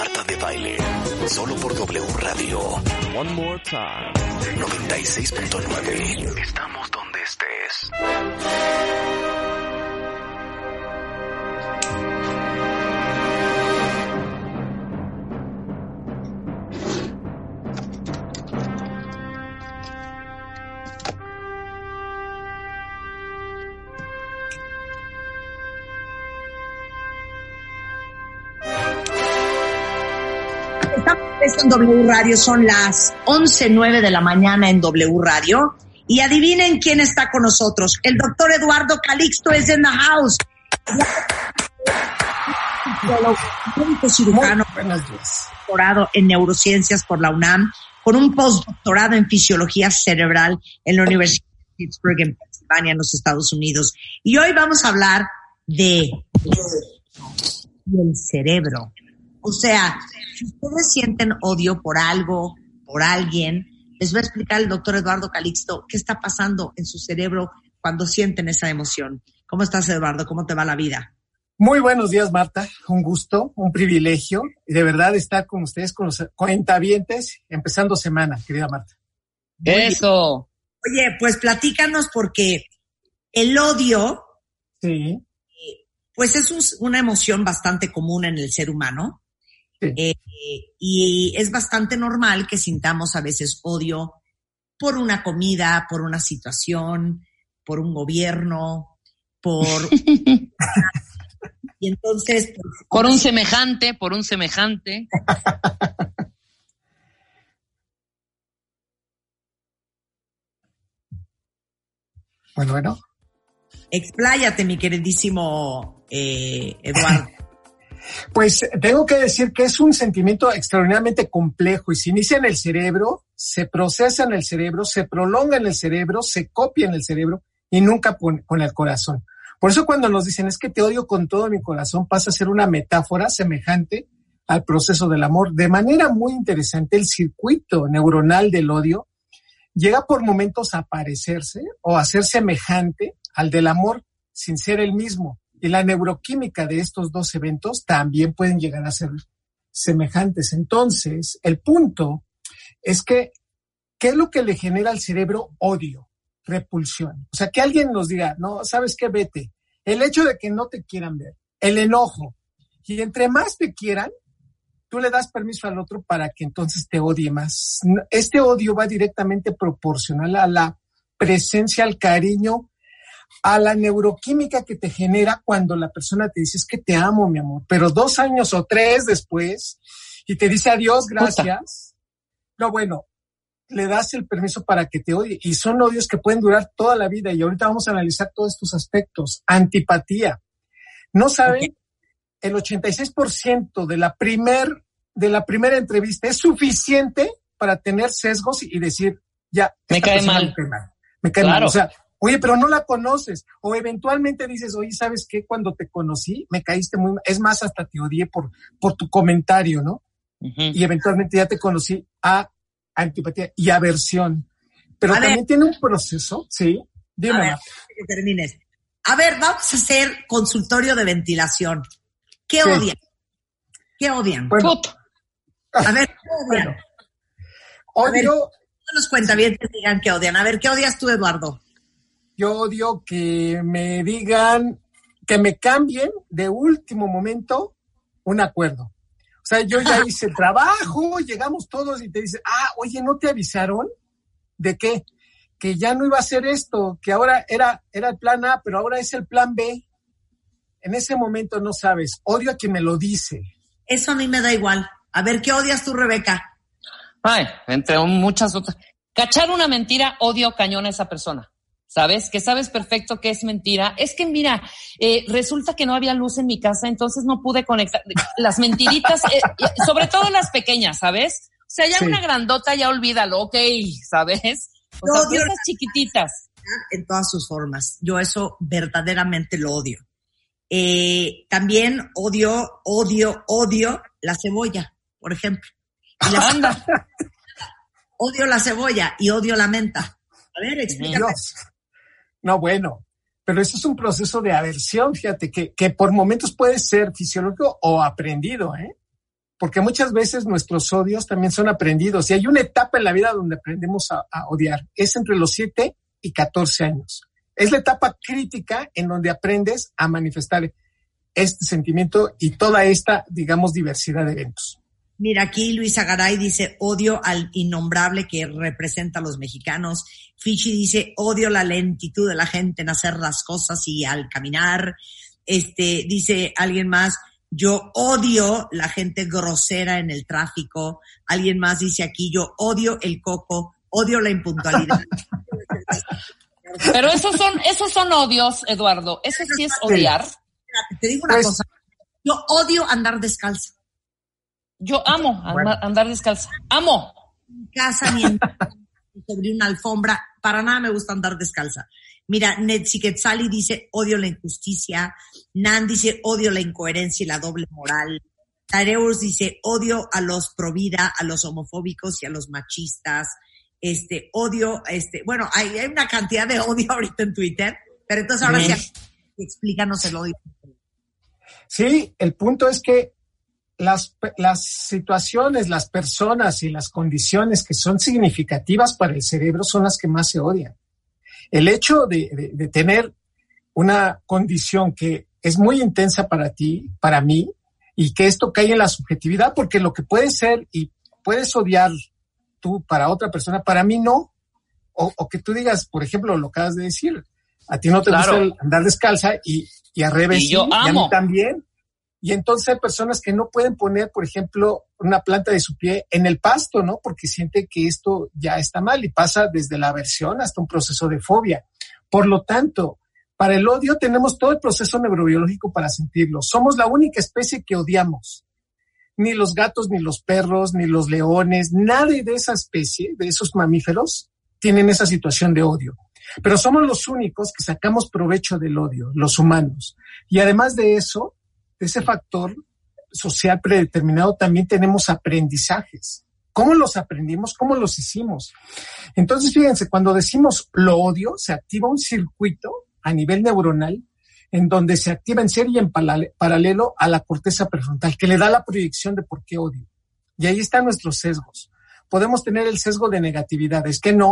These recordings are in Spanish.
Marta de Baile, solo por W Radio. One more time. 96.9. Estamos donde estés. En W Radio son las 11:09 de la mañana en W Radio y adivinen quién está con nosotros. El doctor Eduardo Calixto es en the house. Médico cirujano, doctorado en neurociencias por la UNAM, con un postdoctorado en fisiología cerebral en la Universidad de Pittsburgh en Pensilvania, en los Estados Unidos. Y hoy vamos a hablar de el cerebro. O sea, si ustedes sienten odio por algo, por alguien, les va a explicar el doctor Eduardo Calixto qué está pasando en su cerebro cuando sienten esa emoción. ¿Cómo estás, Eduardo? ¿Cómo te va la vida? Muy buenos días, Marta. Un gusto, un privilegio. Y de verdad estar con ustedes, con los cuentavientes, empezando semana, querida Marta. ¡Eso! Oye, pues platícanos porque el odio, sí, pues es una emoción bastante común en el ser humano. Sí. Y es bastante normal que sintamos a veces odio por una comida, por una situación, por un gobierno, por... Y entonces... Pues, por un semejante. Bueno. Expláyate, mi queridísimo Eduardo. Pues tengo que decir que es un sentimiento extraordinariamente complejo y se inicia en el cerebro, se procesa en el cerebro, se prolonga en el cerebro, se copia en el cerebro y nunca con el corazón. Por eso cuando nos dicen es que te odio con todo mi corazón, pasa a ser una metáfora semejante al proceso del amor. De manera muy interesante, el circuito neuronal del odio llega por momentos a parecerse o a ser semejante al del amor sin ser el mismo. Y la neuroquímica de estos dos eventos también pueden llegar a ser semejantes. Entonces, el punto es que, ¿qué es lo que le genera al cerebro odio? Repulsión. O sea, que alguien nos diga, no, ¿sabes qué? Vete. El hecho de que no te quieran ver, el enojo. Y entre más te quieran, tú le das permiso al otro para que entonces te odie más. Este odio va directamente proporcional a la presencia, al cariño, a la neuroquímica que te genera cuando la persona te dice es que te amo, mi amor, pero 2 años o 3 después y te dice adiós, gracias. No, bueno, le das el permiso para que te odie y son odios que pueden durar toda la vida y ahorita vamos a analizar todos estos aspectos. Antipatía. No saben, el 86% de la primera entrevista es suficiente para tener sesgos y decir, ya, me cae mal. Me cae mal, o sea, oye, pero no la conoces. O eventualmente dices, oye, ¿sabes qué? Cuando te conocí, me caíste muy mal. Es más, hasta te odié por tu comentario, ¿no? Uh-huh. Y eventualmente ya te conocí a antipatía y aversión. Pero también tiene un proceso, ¿sí? Dime. A ver, que termines. A ver, vamos a hacer consultorio de ventilación. ¿Qué odian? ¿Qué odian? Bueno, a ver, ¿qué odian? Bueno, odio... Todos los cuentavientes digan que odian. A ver, ¿qué odias tú, Eduardo? Yo odio que me digan, que me cambien de último momento un acuerdo. O sea, yo ya hice el trabajo, llegamos todos y te dicen, oye, ¿no te avisaron? ¿De qué? Que ya no iba a ser esto, que ahora era el plan A, pero ahora es el plan B. En ese momento no sabes. Odio a quien me lo dice. Eso a mí me da igual. A ver, ¿qué odias tú, Rebeca? Ay, entre muchas otras. Cachar una mentira, odio cañón a esa persona. ¿Sabes? Que sabes perfecto que es mentira. Es que mira, resulta que no había luz en mi casa, entonces no pude conectar. Las mentiritas, sobre todo las pequeñas, ¿sabes? O sea, ya una grandota, ya olvídalo, ok, ¿sabes? O sea, odio esas chiquititas. En todas sus formas. Yo eso verdaderamente lo odio. También odio la cebolla, por ejemplo. Odio la cebolla y odio la menta. A ver, explícame. Dios. No, bueno, pero eso es un proceso de aversión, fíjate, que por momentos puede ser fisiológico o aprendido, ¿eh? porque muchas veces nuestros odios también son aprendidos. Y hay una etapa en la vida donde aprendemos a odiar. Es entre los 7 y 14 años. Es la etapa crítica en donde aprendes a manifestar este sentimiento y toda esta, digamos, diversidad de eventos. Mira, aquí Luisa Garay dice odio al innombrable que representa a los mexicanos. Fichi dice odio la lentitud de la gente en hacer las cosas y al caminar. Dice alguien más, yo odio la gente grosera en el tráfico. Alguien más dice aquí, yo odio el coco, odio la impuntualidad. Pero esos son odios, Eduardo. Ese sí es odiar. Te digo una cosa, yo odio andar descalza. Yo amo andar descalza. ¡Amo! En casa ni en sobre una alfombra. Para nada me gusta andar descalza. Mira, Netsi Quetzali dice odio la injusticia. Nan dice odio la incoherencia y la doble moral. Tareus dice odio a los pro vida, a los homofóbicos y a los machistas. Odio, bueno, hay una cantidad de odio ahorita en Twitter, pero entonces ahora sí, explícanos el odio. Sí, el punto es que las situaciones, las personas y las condiciones que son significativas para el cerebro son las que más se odian. El hecho de tener una condición que es muy intensa para ti, para mí, y que esto cae en la subjetividad, porque lo que puede ser y puedes odiar tú para otra persona, para mí no. O que tú digas, por ejemplo, lo acabas de decir, a ti no te gusta andar descalza y al revés, y yo amo. Y a mí también. Y entonces hay personas que no pueden poner, por ejemplo, una planta de su pie en el pasto, ¿no? Porque siente que esto ya está mal y pasa desde la aversión hasta un proceso de fobia. Por lo tanto, para el odio tenemos todo el proceso neurobiológico para sentirlo. Somos la única especie que odiamos. Ni los gatos, ni los perros, ni los leones, nadie de esa especie, de esos mamíferos, tienen esa situación de odio. Pero somos los únicos que sacamos provecho del odio, los humanos. Y además de eso, de ese factor social predeterminado, también tenemos aprendizajes. ¿Cómo los aprendimos? ¿Cómo los hicimos? Entonces, fíjense, cuando decimos lo odio, se activa un circuito a nivel neuronal en donde se activa en serie y en paralelo a la corteza prefrontal, que le da la proyección de por qué odio. Y ahí están nuestros sesgos. Podemos tener el sesgo de negatividad. Es que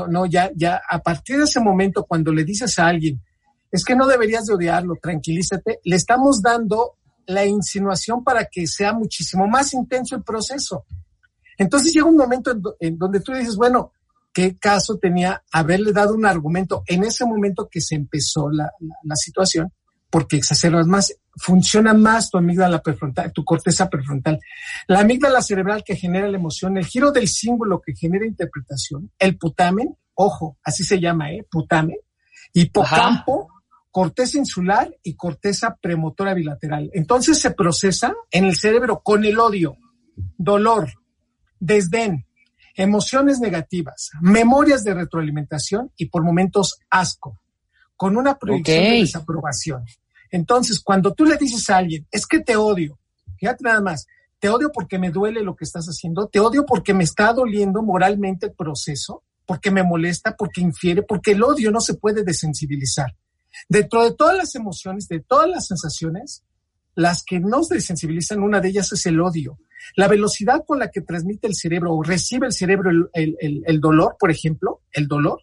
ya a partir de ese momento, cuando le dices a alguien, es que no deberías de odiarlo, tranquilízate, le estamos dando la insinuación para que sea muchísimo más intenso el proceso. Entonces llega un momento en donde tú dices, bueno, ¿qué caso tenía haberle dado un argumento en ese momento que se empezó la situación? Porque exacerbas más, funciona más tu amígdala prefrontal, tu corteza prefrontal. La amígdala cerebral que genera la emoción, el giro del símbolo que genera interpretación, el putamen, ojo, así se llama, putamen, hipocampo, corteza insular y corteza premotora bilateral. Entonces se procesa en el cerebro con el odio, dolor, desdén, emociones negativas, memorias de retroalimentación y por momentos asco, con una proyección de desaprobación. Entonces, cuando tú le dices a alguien, es que te odio, fíjate nada más, te odio porque me duele lo que estás haciendo, te odio porque me está doliendo moralmente el proceso, porque me molesta, porque infiere, porque el odio no se puede desensibilizar. Dentro de todas las emociones, de todas las sensaciones, las que nos desensibilizan, una de ellas es el odio. La velocidad con la que transmite el cerebro o recibe el cerebro el dolor, por ejemplo, el dolor,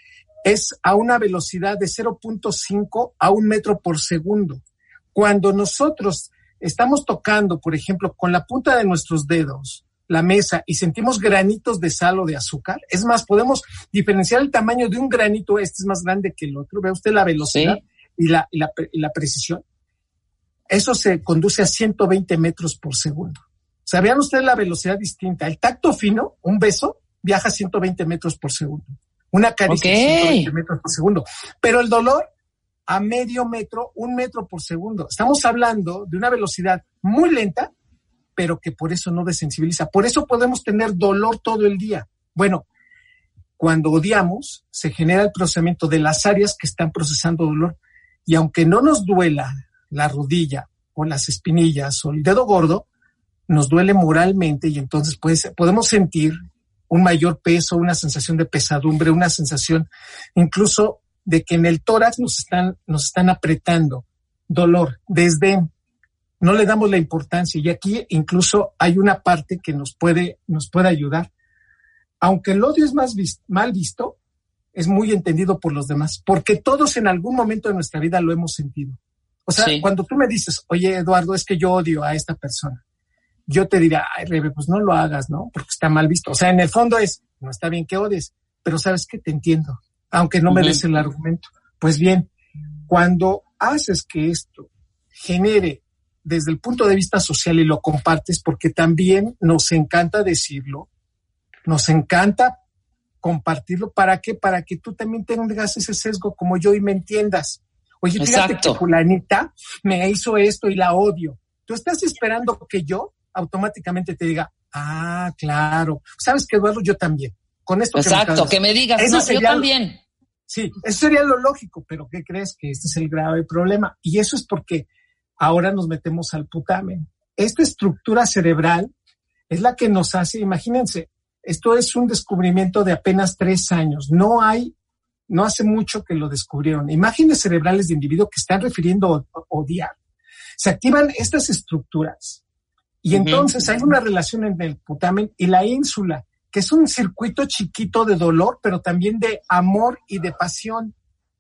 es a una velocidad de 0.5 a 1 metro por segundo. Cuando nosotros estamos tocando, por ejemplo, con la punta de nuestros dedos, la mesa y sentimos granitos de sal o de azúcar, es más, podemos diferenciar el tamaño de un granito, este es más grande que el otro, ve usted la velocidad y la precisión. Eso se conduce a 120 metros por segundo. O sea, vean ustedes la velocidad distinta. El tacto fino, un beso, viaja a 120 metros por segundo. Una caricia a 120 metros por segundo. Pero el dolor a medio metro, 1 metro por segundo. Estamos hablando de una velocidad muy lenta, pero que por eso no desensibiliza. Por eso podemos tener dolor todo el día. Bueno, cuando odiamos, se genera el procesamiento de las áreas que están procesando dolor. Y aunque no nos duela la rodilla o las espinillas o el dedo gordo, nos duele moralmente y entonces podemos sentir un mayor peso, una sensación de pesadumbre, una sensación incluso de que en el tórax nos están apretando, dolor, desdén, no le damos la importancia. Y aquí incluso hay una parte que nos puede ayudar. Aunque el odio es mal visto, es muy entendido por los demás, porque todos en algún momento de nuestra vida lo hemos sentido. O sea, cuando tú me dices, oye, Eduardo, es que yo odio a esta persona, yo te diré, ay, Rebe, pues no lo hagas, ¿no? Porque está mal visto. O sea, en el fondo no está bien que odies, pero ¿sabes qué? Te entiendo, aunque no me des el argumento. Pues bien, cuando haces que esto genere desde el punto de vista social y lo compartes, porque también nos encanta decirlo, nos encanta compartirlo. ¿Para qué? Para que tú también tengas ese sesgo como yo y me entiendas. Oye, fíjate que fulanita me hizo esto y la odio. Tú estás esperando que yo automáticamente te diga, ah, claro. ¿Sabes qué, Eduardo? Yo también. Con esto que me digas, no, yo también. Sí, eso sería lo lógico, pero ¿qué crees? Que este es el grave problema. Y eso es porque ahora nos metemos al putamen. Esta estructura cerebral es la que nos hace, imagínense, esto es un descubrimiento de apenas 3 años. No hace mucho que lo descubrieron. Imágenes cerebrales de individuos que están refiriendo a odiar. Se activan estas estructuras y entonces hay una relación entre el putamen y la ínsula, que es un circuito chiquito de dolor, pero también de amor y de pasión.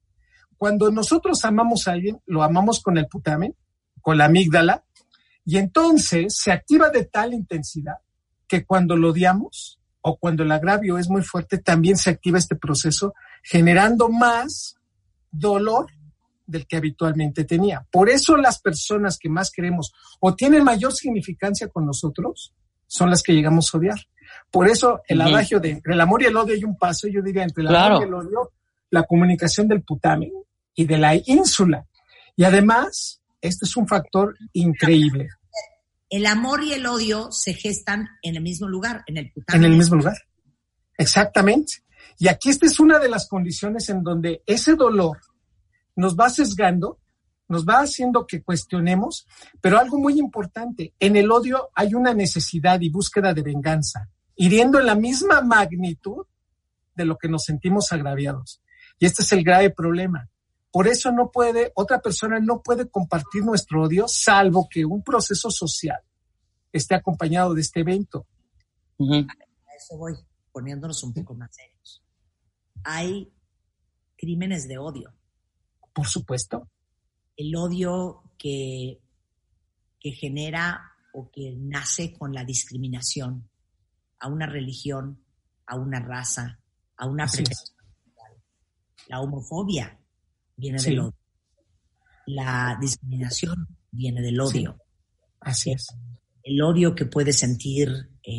Cuando nosotros amamos a alguien, lo amamos con el putamen, con la amígdala, y entonces se activa de tal intensidad que cuando lo odiamos o cuando el agravio es muy fuerte, también se activa este proceso, generando más dolor del que habitualmente tenía. Por eso las personas que más queremos o tienen mayor significancia con nosotros son las que llegamos a odiar. Por eso el adagio de entre el amor y el odio hay un paso, yo diría entre el amor y el odio, la comunicación del putamen y de la ínsula. Y además, este es un factor increíble. El amor y el odio se gestan en el mismo lugar, en el putamen. En el mismo lugar, exactamente. Y aquí esta es una de las condiciones en donde ese dolor nos va sesgando, nos va haciendo que cuestionemos, pero algo muy importante, en el odio hay una necesidad y búsqueda de venganza, hiriendo en la misma magnitud de lo que nos sentimos agraviados. Y este es el grave problema. Por eso otra persona no puede compartir nuestro odio, salvo que un proceso social esté acompañado de este evento. A eso voy, poniéndonos un poco más serios. Hay crímenes de odio. Por supuesto. El odio que genera o que nace con la discriminación a una religión, a una raza, a una preferencia. La homofobia viene del odio. La discriminación viene del odio. Sí. Así es. El odio que puede sentir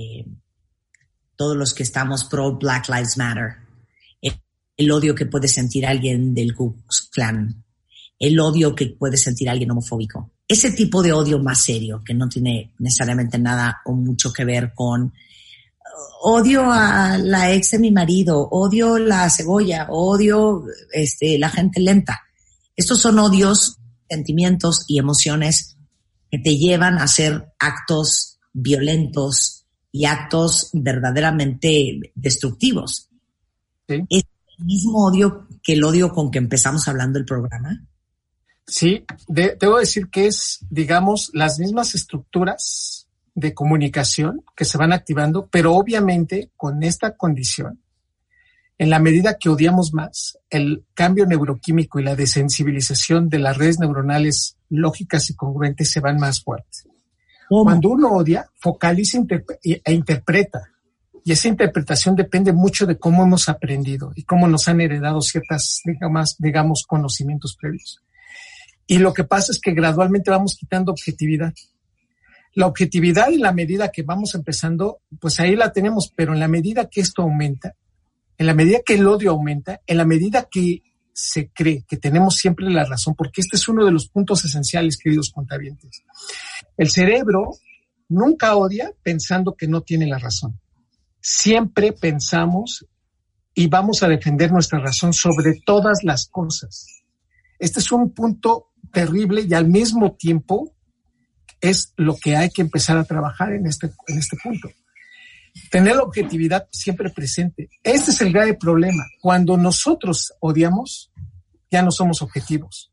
todos los que estamos pro Black Lives Matter. El odio que puede sentir alguien del Ku Klux Klan. El odio que puede sentir alguien homofóbico. Ese tipo de odio más serio, que no tiene necesariamente nada o mucho que ver con odio a la ex de mi marido, odio la cebolla, odio la gente lenta. Estos son odios, sentimientos y emociones que te llevan a hacer actos violentos y actos verdaderamente destructivos. ¿Sí? ¿Es el mismo odio que el odio con que empezamos hablando el programa? Sí, debo decir que es, digamos, las mismas estructuras de comunicación que se van activando, pero obviamente con esta condición, en la medida que odiamos más, el cambio neuroquímico y la desensibilización de las redes neuronales lógicas y congruentes se van más fuertes. ¿Cómo? Cuando uno odia, focaliza e interpreta. Y esa interpretación depende mucho de cómo hemos aprendido y cómo nos han heredado ciertas, digamos, conocimientos previos. Y lo que pasa es que gradualmente vamos quitando objetividad. La objetividad, en la medida que vamos empezando, pues ahí la tenemos, pero en la medida que esto aumenta, en la medida que el odio aumenta, en la medida que se cree que tenemos siempre la razón, porque este es uno de los puntos esenciales, queridos cuentavientes. El cerebro nunca odia pensando que no tiene la razón. Siempre pensamos y vamos a defender nuestra razón sobre todas las cosas. Este es un punto terrible y al mismo tiempo es lo que hay que empezar a trabajar en este punto. Tener la objetividad siempre presente. Este es el grave problema. Cuando nosotros odiamos, ya no somos objetivos.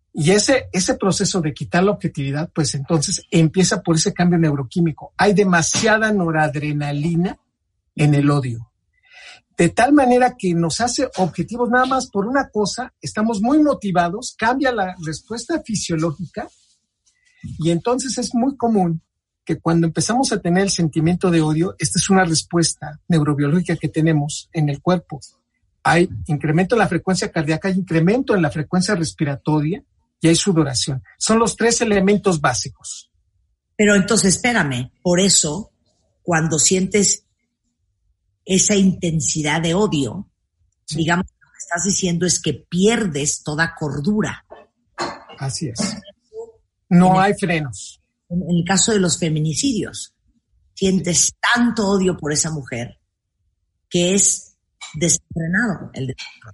Y ese proceso de quitar la objetividad, pues entonces empieza por ese cambio neuroquímico. Hay demasiada noradrenalina en el odio. De tal manera que nos hace objetivos nada más por una cosa, estamos muy motivados, cambia la respuesta fisiológica y entonces es muy común que cuando empezamos a tener el sentimiento de odio, esta es una respuesta neurobiológica que tenemos en el cuerpo. Hay incremento en la frecuencia cardíaca, hay incremento en la frecuencia respiratoria y hay sudoración. Son los 3 elementos básicos. Pero entonces, espérame, por eso, cuando sientes esa intensidad de odio, sí, digamos, lo que estás diciendo es que pierdes toda cordura. Así es. No hay frenos. En el caso de los feminicidios, sientes tanto odio por esa mujer que es desenfrenado el descontrol.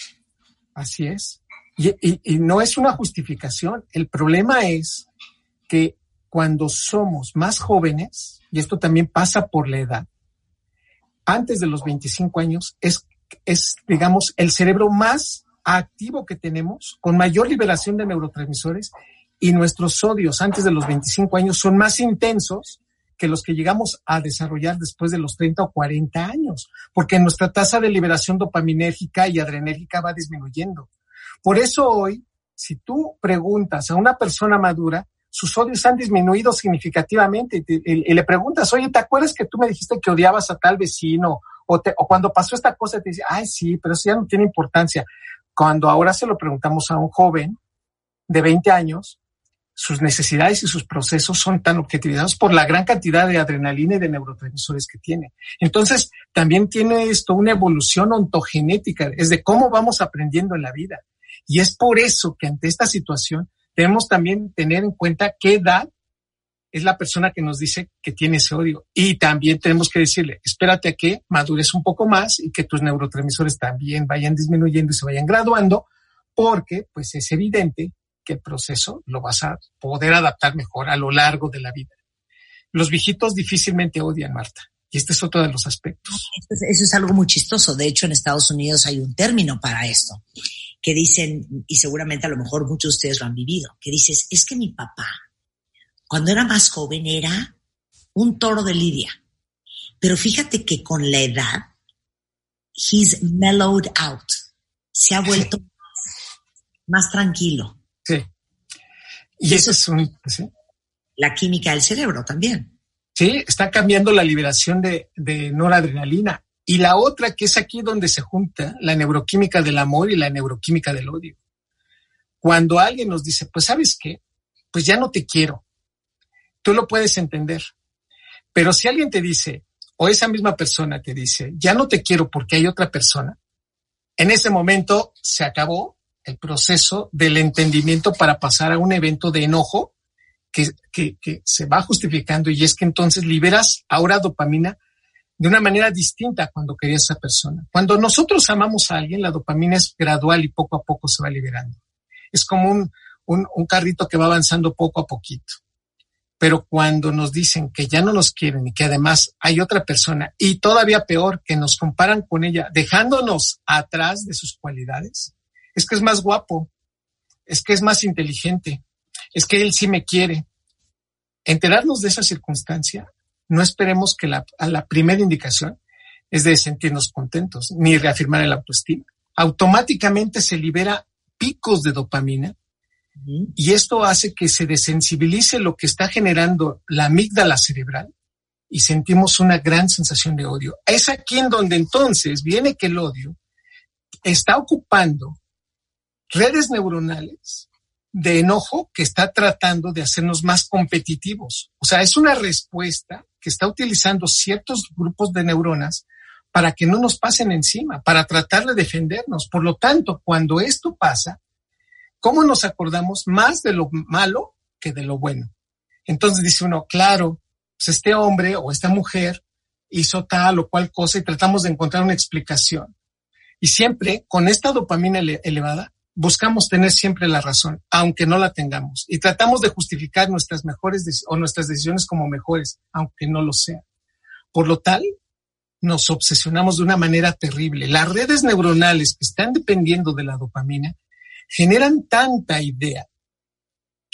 Así es. Y no es una justificación. El problema es que cuando somos más jóvenes, y esto también pasa por la edad, antes de los 25 años es, digamos, el cerebro más activo que tenemos, con mayor liberación de neurotransmisores, y nuestros odios antes de los 25 años son más intensos que los que llegamos a desarrollar después de los 30 o 40 años, porque nuestra tasa de liberación dopaminérgica y adrenérgica va disminuyendo. Por eso hoy, si tú preguntas a una persona madura, sus odios han disminuido significativamente y le preguntas, oye, ¿te acuerdas que tú me dijiste que odiabas a tal vecino? O cuando pasó esta cosa te dice, ay, sí, pero eso ya no tiene importancia. Cuando ahora se lo preguntamos a un joven de 20 años, sus necesidades y sus procesos son tan objetivizados por la gran cantidad de adrenalina y de neurotransmisores que tiene. Entonces, también tiene esto una evolución ontogenética, es de cómo vamos aprendiendo en la vida. Y es por eso que ante esta situación debemos también tener en cuenta qué edad es la persona que nos dice que tiene ese odio. Y también tenemos que decirle, espérate a que madures un poco más y que tus neurotransmisores también vayan disminuyendo y se vayan graduando, porque pues es evidente que el proceso lo vas a poder adaptar mejor a lo largo de la vida. Los viejitos difícilmente odian, Marta, y este es otro de los aspectos. Eso es algo muy chistoso. De hecho, en Estados Unidos hay un término para esto, que dicen, y seguramente a lo mejor muchos de ustedes lo han vivido, que dices, es que mi papá, cuando era más joven, era un toro de lidia. Pero fíjate que con la edad, he's mellowed out. Se ha vuelto más tranquilo. Sí. Y eso es ¿sí? La química del cerebro también. Sí, está cambiando la liberación de noradrenalina. Y la otra, que es aquí donde se junta la neuroquímica del amor y la neuroquímica del odio. Cuando alguien nos dice, pues, ¿sabes qué? Pues ya no te quiero. Tú lo puedes entender. Pero si alguien te dice, o esa misma persona te dice, ya no te quiero porque hay otra persona, en ese momento se acabó el proceso del entendimiento para pasar a un evento de enojo que se va justificando, y es que entonces liberas ahora dopamina de una manera distinta cuando querías a esa persona. Cuando nosotros amamos a alguien, la dopamina es gradual y poco a poco se va liberando. Es como un carrito que va avanzando poco a poquito. Pero cuando nos dicen que ya no nos quieren y que además hay otra persona, y todavía peor, que nos comparan con ella, dejándonos atrás de sus cualidades, es que es más guapo, es que es más inteligente, es que él sí me quiere. Enterarnos de esa circunstancia, no esperemos que a la primera indicación es de sentirnos contentos, ni reafirmar el autoestima. Automáticamente se libera picos de dopamina, y esto hace que se desensibilice lo que está generando la amígdala cerebral y sentimos una gran sensación de odio. Es aquí en donde entonces viene que el odio está ocupando redes neuronales de enojo que está tratando de hacernos más competitivos. O sea, es una respuesta que está utilizando ciertos grupos de neuronas para que no nos pasen encima, para tratar de defendernos. Por lo tanto, cuando esto pasa, ¿cómo nos acordamos más de lo malo que de lo bueno? Entonces dice uno, claro, pues este hombre o esta mujer hizo tal o cual cosa y tratamos de encontrar una explicación. Y siempre, con esta dopamina elevada, buscamos tener siempre la razón, aunque no la tengamos. Y tratamos de justificar nuestras nuestras decisiones como mejores, aunque no lo sean. Por lo tal, nos obsesionamos de una manera terrible. Las redes neuronales que están dependiendo de la dopamina generan tanta idea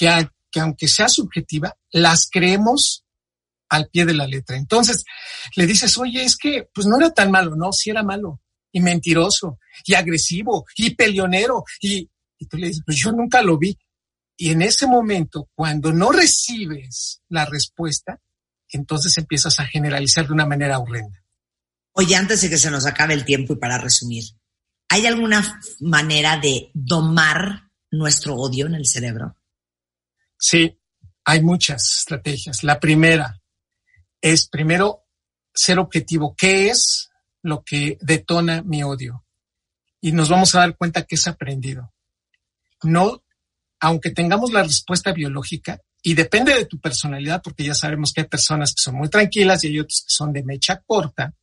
que aunque sea subjetiva, las creemos al pie de la letra. Entonces le dices, oye, es que pues no era tan malo. No, sí era malo y mentiroso y agresivo y peleonero. Y tú le dices, pues yo nunca lo vi. Y en ese momento, cuando no recibes la respuesta, entonces empiezas a generalizar de una manera horrenda. Oye, antes de que se nos acabe el tiempo y para resumir, ¿hay alguna manera de domar nuestro odio en el cerebro? Sí, hay muchas estrategias. La primera es, primero, ser objetivo. ¿Qué es lo que detona mi odio? Y nos vamos a dar cuenta que es aprendido. No, aunque tengamos la respuesta biológica, y depende de tu personalidad, porque ya sabemos que hay personas que son muy tranquilas y hay otras que son de mecha corta,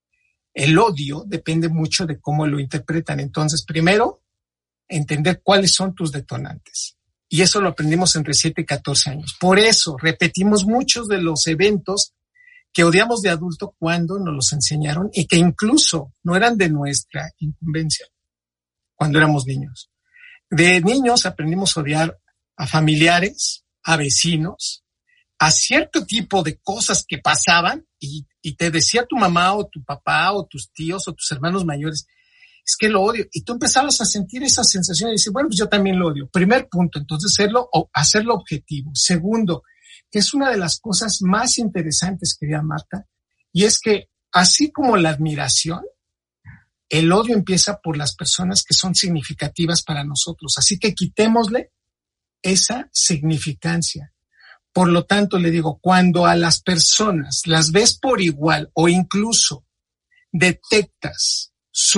el odio depende mucho de cómo lo interpretan. Entonces, primero, entender cuáles son tus detonantes. Y eso lo aprendimos entre 7 y 14 años. Por eso repetimos muchos de los eventos que odiamos de adulto cuando nos los enseñaron y que incluso no eran de nuestra incumbencia cuando éramos niños. De niños aprendimos a odiar a familiares, a vecinos, a cierto tipo de cosas que pasaban y te decía tu mamá o tu papá o tus tíos o tus hermanos mayores, es que lo odio. Y tú empezabas a sentir esa sensación y dices, bueno, pues yo también lo odio. Primer punto, entonces hacerlo objetivo. Segundo, que es una de las cosas más interesantes, querida Marta, y es que así como la admiración, el odio empieza por las personas que son significativas para nosotros. Así que quitémosle esa significancia. Por lo tanto, le digo, cuando a las personas las ves por igual o incluso detectas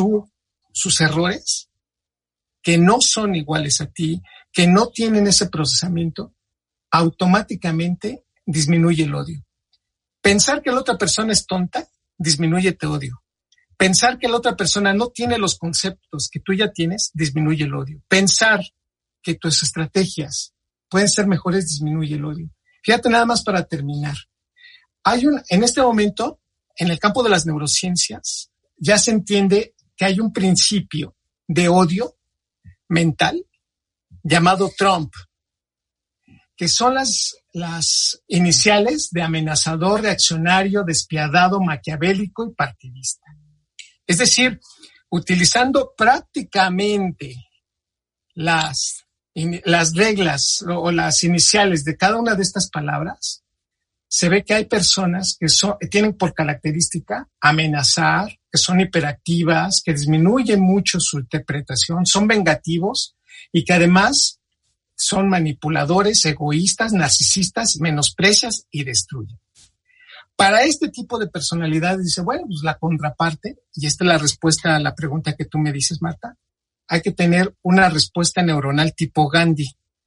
sus errores, que no son iguales a ti, que no tienen ese procesamiento, automáticamente disminuye el odio. Pensar que la otra persona es tonta, disminuye tu odio. Pensar que la otra persona no tiene los conceptos que tú ya tienes, disminuye el odio. Pensar que tus estrategias pueden ser mejores, disminuye el odio. Fíjate nada más para terminar. En este momento, en el campo de las neurociencias, ya se entiende que hay un principio de odio mental llamado Trump, que son las iniciales de amenazador, reaccionario, despiadado, maquiavélico y partidista. Es decir, utilizando prácticamente las reglas o las iniciales de cada una de estas palabras, se ve que hay personas que tienen por característica amenazar, que son hiperactivas, que disminuyen mucho su interpretación, son vengativos y que además son manipuladores, egoístas, narcisistas, menosprecias y destruyen. Para este tipo de personalidades dice, bueno, pues la contraparte, y esta es la respuesta a la pregunta que tú me dices, Marta, hay que tener una respuesta neuronal tipo Gandhi.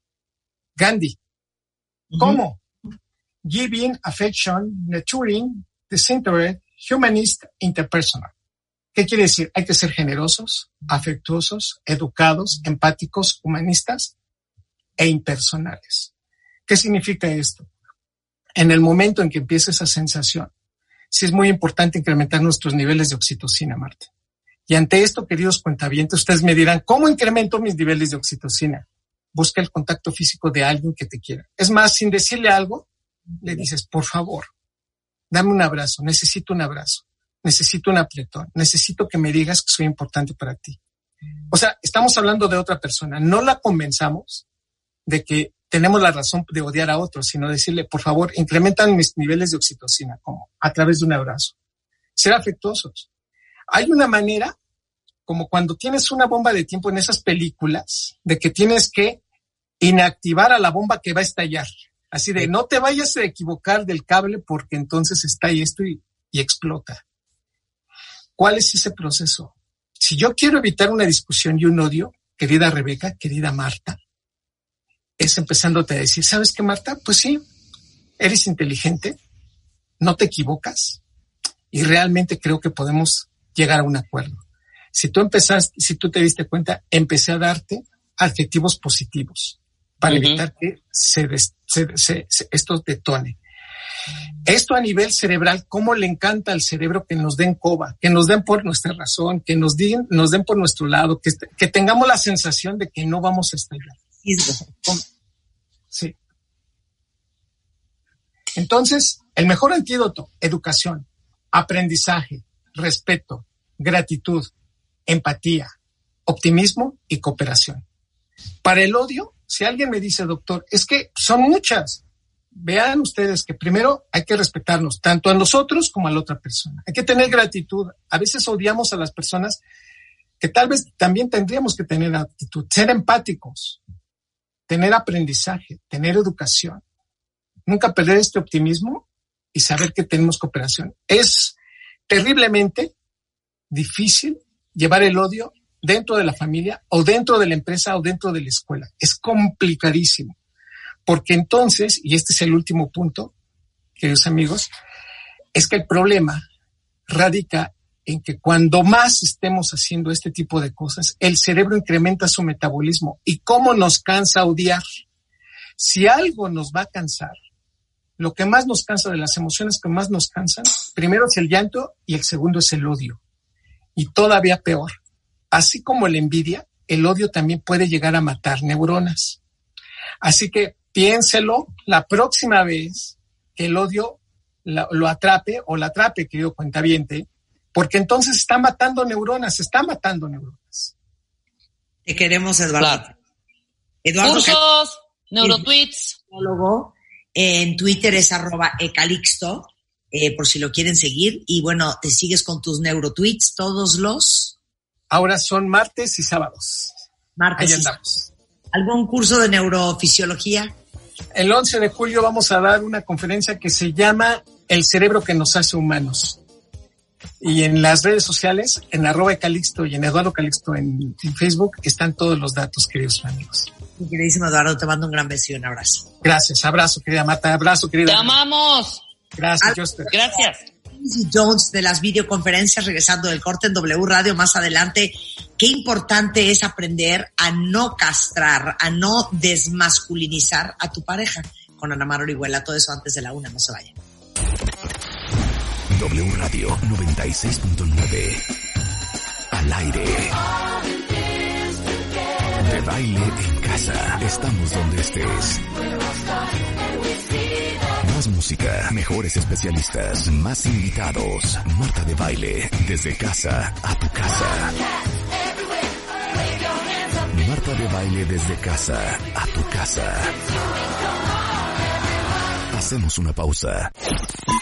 Gandhi. Uh-huh. ¿Cómo? Giving, affection, nurturing, disinterested, humanist, interpersonal. ¿Qué quiere decir? Hay que ser generosos, afectuosos, educados, empáticos, humanistas e impersonales. ¿Qué significa esto? En el momento en que empieza esa sensación, sí es muy importante incrementar nuestros niveles de oxitocina, Marta. Y ante esto, queridos cuentavientes, ustedes me dirán, ¿cómo incremento mis niveles de oxitocina? Busca el contacto físico de alguien que te quiera. Es más, sin decirle algo, le dices, por favor, dame un abrazo, necesito un abrazo, necesito un apretón, necesito que me digas que soy importante para ti. O sea, estamos hablando de otra persona, no la convenzamos de que tenemos la razón de odiar a otros, sino decirle, por favor, incrementan mis niveles de oxitocina, como a través de un abrazo. Ser afectuosos. Hay una manera, como cuando tienes una bomba de tiempo en esas películas, de que tienes que inactivar a la bomba que va a estallar. Así de, no te vayas a equivocar del cable porque entonces estalla esto y explota. ¿Cuál es ese proceso? Si yo quiero evitar una discusión y un odio, querida Rebeca, querida Marta, es empezándote a decir, ¿sabes qué, Marta? Pues sí, eres inteligente, no te equivocas y realmente creo que podemos llegar a un acuerdo. Si tú te diste cuenta, empecé a darte adjetivos positivos para evitar que esto detone. Esto a nivel cerebral, ¿cómo le encanta al cerebro que nos den coba, que nos den por nuestra razón, que nos den por nuestro lado, que tengamos la sensación de que no vamos a estallar? Sí. Entonces, el mejor antídoto, educación, aprendizaje, respeto, gratitud, empatía, optimismo y cooperación. Para el odio, si alguien me dice, doctor, es que son muchas. Vean ustedes que primero hay que respetarnos, tanto a nosotros como a la otra persona. Hay que tener gratitud. A veces odiamos a las personas que tal vez también tendríamos que tener actitud, ser empáticos, tener aprendizaje, tener educación. Nunca perder este optimismo y saber que tenemos cooperación. Es terriblemente difícil llevar el odio dentro de la familia o dentro de la empresa o dentro de la escuela. Es complicadísimo. Porque entonces, y este es el último punto, queridos amigos, es que el problema radica en que cuando más estemos haciendo este tipo de cosas, el cerebro incrementa su metabolismo. ¿Y cómo nos cansa odiar? Si algo nos va a cansar, lo que más nos cansa, de las emociones que más nos cansan, primero es el llanto y el segundo es el odio. Y todavía peor, así como la envidia, el odio también puede llegar a matar neuronas. Así que piénselo la próxima vez que el odio lo atrape o la atrape, querido cuentaviente, porque entonces está matando neuronas. Te queremos, Eduardo. Claro. Eduardo Cursos, neurotweets. En Twitter es @ecalixto, por si lo quieren seguir. Y bueno, te sigues con tus neurotweets todos los... Ahora son martes y sábados. Martes. Ahí andamos. ¿Algún curso de neurofisiología? El 11 de julio vamos a dar una conferencia que se llama El cerebro que nos hace humanos. Y en las redes sociales, en @ecalixto y en Eduardo Calixto en Facebook, están todos los datos, queridos amigos. Mi queridísimo Eduardo, te mando un gran beso y un abrazo. Gracias, abrazo, querida Marta, abrazo, querida. ¡Te amamos! Gracias, Joster. Gracias. Y Jones de las videoconferencias, regresando del corte en W Radio más adelante. Qué importante es aprender a no castrar, a no desmasculinizar a tu pareja. Con Ana Mar Orihuela, todo eso antes de la 1, no se vayan. W Radio 96.9. Al aire. De baile en casa. Estamos donde estés. Más música, mejores especialistas, más invitados. Marta de Baile, desde casa a tu casa. Marta de Baile desde casa a tu casa. Hacemos una pausa.